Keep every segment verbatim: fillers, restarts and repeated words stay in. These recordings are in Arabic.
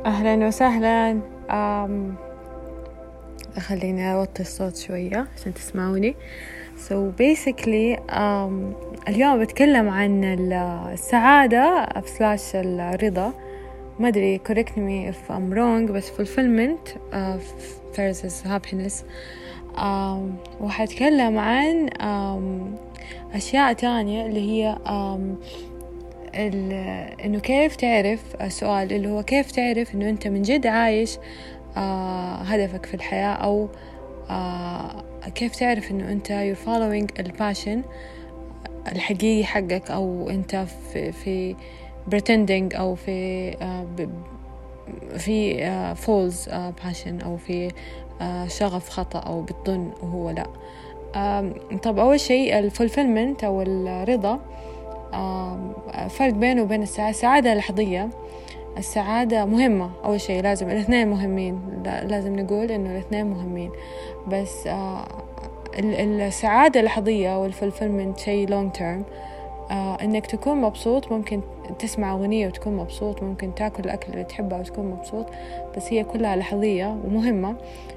أهلا وسهلا. أم خليني أوطي الصوت شوية عشان تسمعوني. So basically um, اليوم بتكلم عن السعادة سلاش الرضا. ما أدري correct me if I'm wrong بس fulfillment uh, versus happiness. um, وحتكلم عن um, أشياء تانية اللي هي um, إنه كيف تعرف السؤال اللي هو كيف تعرف إنه أنت من جد عايش آه هدفك في الحياة، أو آه كيف تعرف إنه أنت you're following الباشن الحقيقي حقك، أو أنت في في pretending أو في آه في آه false آه passion أو في آه شغف خطأ أو بتظن وهو لا. آه طب أول شيء الفولفيلمنت أو الرضا، فرق بينه وبين السعادة. السعادة لحظية، السعادة مهمة. أول شيء لازم الاثنين مهمين، لازم نقول إنه الاثنين مهمين، بس السعادة لحظية والفولفيلمنت شيء long term. إنك تكون مبسوط، ممكن تسمع أغنية وتكون مبسوط، ممكن تأكل الأكل اللي تحبه وتكون مبسوط، بس هي كلها لحظية ومهمة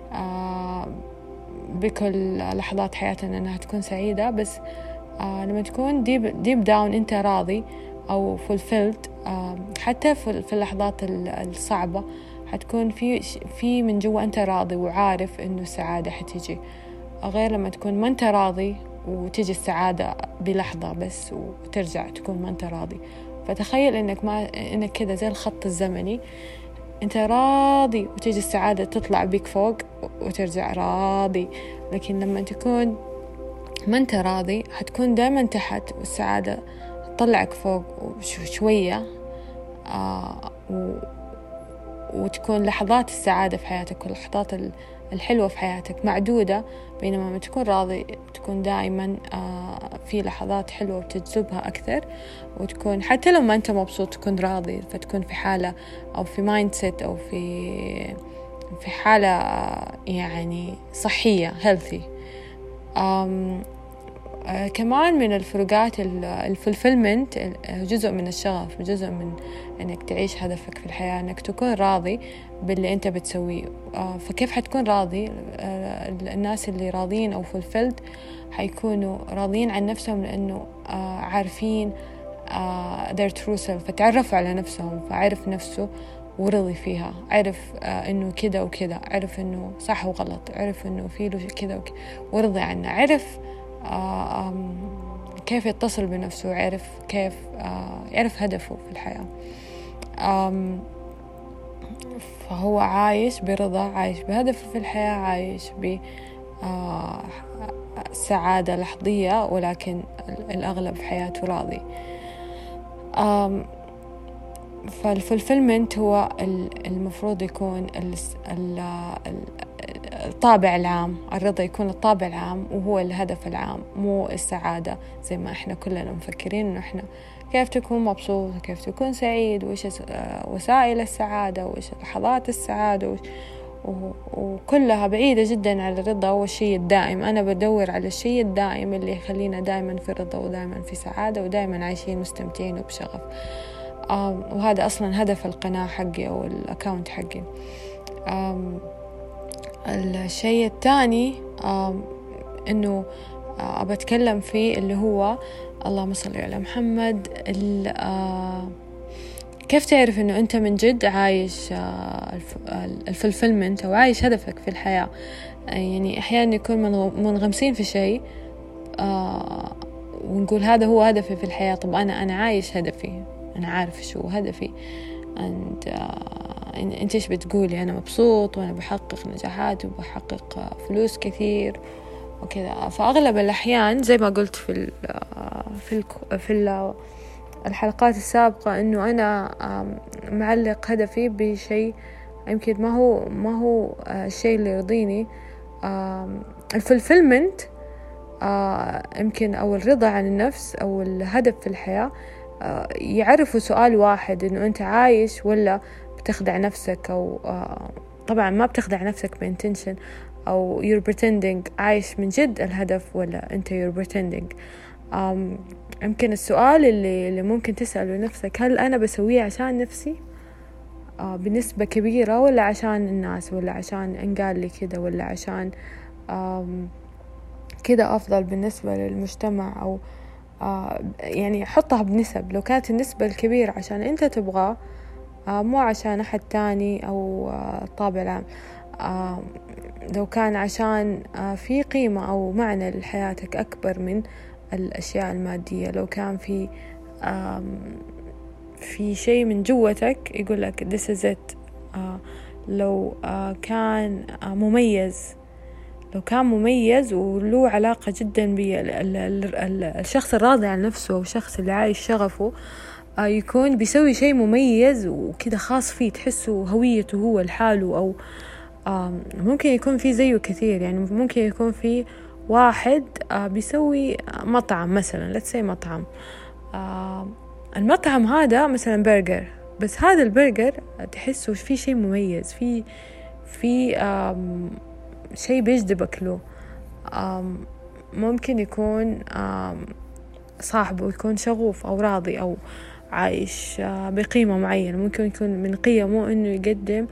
بكل لحظات حياتنا أنها تكون سعيدة. بس آه لما تكون ديب ديب داون أنت راضي أو fulfilled، آه حتى في اللحظات الصعبة حتكون في في من جوا أنت راضي وعارف إنه السعادة حتيجي، غير لما تكون ما أنت راضي وتيجي السعادة بلحظة بس وترجع تكون ما أنت راضي. فتخيل إنك ما إنك كده زي الخط الزمني، أنت راضي وتيجي السعادة تطلع بيك فوق وترجع راضي. لكن لما تكون ما أنت راضي حتكون دائما تحت والسعادة تطلعك فوق شوية، آه و... وتكون لحظات السعادة في حياتك واللحظات الحلوة في حياتك معدودة، بينما لما تكون راضي تكون دائما آه في لحظات حلوة وتجذبها أكثر، وتكون حتى لو ما أنت مبسوط تكون راضي، فتكون في حالة أو في مايند سيت أو في في حالة يعني صحية healthy. أم آه كمان من الفروقات الفولفيلمنت جزء من الشغف، جزء من انك تعيش هدفك في الحياة، انك تكون راضي باللي انت بتسويه. آه فكيف حتكون راضي؟ آه الناس اللي راضين او فولفيلد حيكونوا راضيين عن نفسهم لانه آه عارفين آه their true self، فتعرفوا على نفسهم، فعرف نفسه ورضي فيها، عرف آه إنه كده وكده، عرف إنه صح وغلط، عرف إنه فيه له كده وكده ورضي عنه، عرف آه كيف يتصل بنفسه، عرف كيف آه يعرف هدفه في الحياة. فهو عايش برضا، عايش بهدفه في الحياة، عايش بسعادة لحظية، ولكن الأغلب في حياته راضي. فالفولفيلمنت هو المفروض يكون الطابع العام، الرضا يكون الطابع العام وهو الهدف العام، مو السعادة زي ما احنا كلنا مفكرين انه احنا كيف تكون مبسوط وكيف تكون سعيد، وإيش وسائل السعادة وإيش لحظات السعادة، وكلها بعيدة جدا على الرضا والشيء الدائم. أنا بدور على الشيء الدائم اللي يخلينا دائما في رضا ودائما في سعادة ودائما عايشين مستمتعين وبشغف. وهذا أصلا هدف القناة حقي أو الأكاونت حقي. الشيء الثاني إنه أبى أتكلم فيه اللي هو اللهم صل على محمد، كيف تعرف إنه أنت من جد عايش الفولفيلمنت أو عايش هدفك في الحياة. يعني أحيانا يكون منغمسين في شيء ونقول هذا هو هدفي في الحياة. طب أنا أنا عايش هدفي، أنا عارف شو هدفي، أنت أنت إيش بتقولي؟ أنا مبسوط وأنا بحقق نجاحات وبحقق فلوس كثير وكذا. فأغلب الأحيان زي ما قلت في ال في ال في ال الحلقات السابقة إنه أنا معلق هدفي بشيء يمكن ما هو ما هو الشيء اللي يرضيني. الفولفيلمنت يمكن أو الرضا عن النفس أو الهدف في الحياة يعرفوا سؤال واحد، إنه أنت عايش ولا بتخدع نفسك، أو طبعا ما بتخدع نفسك بإنتنشن، أو you're pretending، عايش من جد الهدف ولا أنت you're pretending. يمكن السؤال اللي, اللي ممكن تسأله نفسك، هل أنا بسويه عشان نفسي بنسبة كبيرة، ولا عشان الناس، ولا عشان انقال لي كده، ولا عشان كده أفضل بالنسبة للمجتمع، أو يعني حطها بنسب. لو كانت النسبة الكبيرة عشان أنت تبغاه، مو عشان أحد تاني أو الطابع العام، لو كان عشان في قيمة أو معنى لحياتك أكبر من الأشياء المادية، لو كان في في شيء من جوتك يقول لك this is it، لو كان مميز لو كان مميز وله علاقة جدا بالشخص الراضي عن نفسه أو الشخص اللي عايش شغفه، يكون بيسوي شيء مميز وكده خاص فيه، تحسه هويته هو لحاله. أو ممكن يكون في زيه كثير، يعني ممكن يكون في واحد بيسوي مطعم مثلا، let's say مطعم، المطعم هذا مثلا برجر، بس هذا البرجر تحسه في شيء مميز، في في شيء بيجذبك له. ممكن يكون صاحبه يكون شغوف أو راضي أو عايش بقيمة معينة، ممكن يكون من قيمه إنه يقدم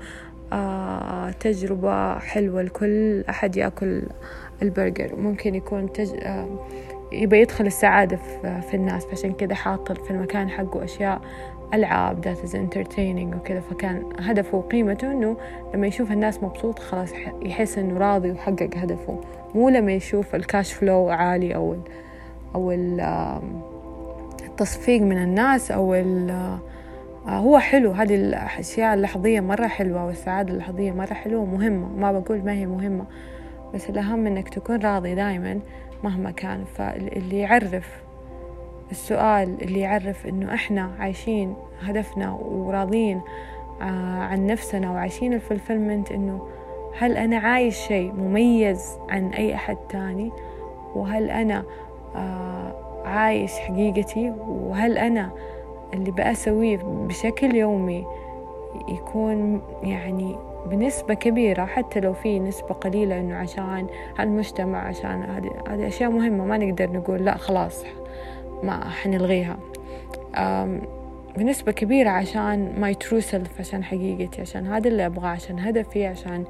تجربة حلوة لكل أحد يأكل البرجر. ممكن يكون تج... يبقى يدخل السعادة في الناس، عشان كده حاط في المكان حقه أشياء ألعاب that is entertaining وكذا، فكان هدفه وقيمته إنه لما يشوف الناس مبسوط خلاص يحس إنه راضي وحقق هدفه، مو لما يشوف الكاش فلو عالي أو ال أو ال التصفيق من الناس أو ال هو حلو. هذه الأشياء اللحظية مرة حلوة، والسعادة اللحظية مرة حلوة ومهمة، ما بقول ما هي مهمة، بس الأهم إنك تكون راضي دائما مهما كان. فاللي يعرف السؤال، اللي يعرف إنه إحنا عايشين هدفنا وراضين عن نفسنا وعايشين الفلفلمنت، إنه هل أنا عايش شيء مميز عن أي أحد تاني، وهل أنا عايش حقيقتي، وهل أنا اللي بأسويه بشكل يومي يكون يعني بنسبة كبيرة، حتى لو في نسبة قليلة إنه عشان المجتمع، عشان هذه هذه أشياء مهمة، ما نقدر نقول لا خلاص ما حنلغيها. بنسبة كبيرة عشان my true self، عشان حقيقتي، عشان هذا اللي أبغاه، عشان هدفي، عشان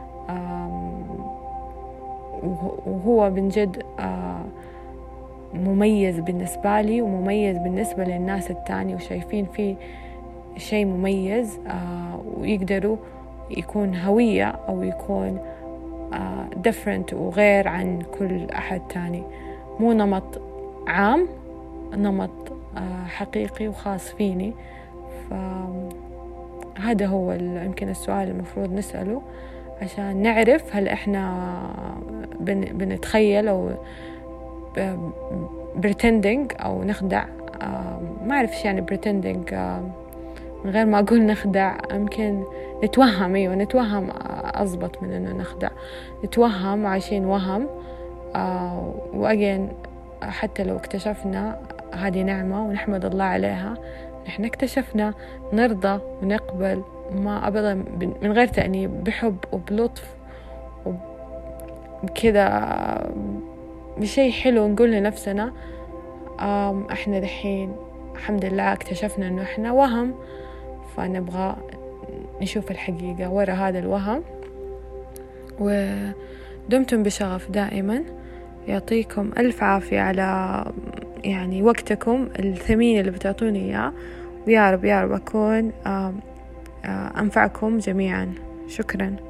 وهو من جد مميز بالنسبة لي ومميز بالنسبة للناس التاني، وشايفين فيه شيء مميز ويقدروا يكون هوية أو يكون different وغير عن كل أحد تاني، مو نمط عام، نمط حقيقي وخاص فيني. فهذا هو يمكن السؤال المفروض نسأله عشان نعرف هل إحنا بنتخيل أو pretending أو نخدع. ما أعرف إيش يعني pretending، من غير ما أقول نخدع، يمكن نتوهم. أيوة نتوهم أضبط من إنه نخدع، نتوهم عايشين وهم. وأجين حتى لو اكتشفنا هذه نعمة ونحمد الله عليها، نحن اكتشفنا، نرضى ونقبل، ما أبدا من غير تأنيب، بحب وبلطف وكذا، بشيء حلو نقول لنفسنا احنا دحين الحمد لله اكتشفنا انه احنا وهم، فنبغى نشوف الحقيقة ورا هذا الوهم. ودمتم بشغف دائما، يعطيكم ألف عافية على يعني وقتكم الثمين اللي بتعطوني إياه، ويا رب يا رب أكون أنفعكم جميعا. شكرا.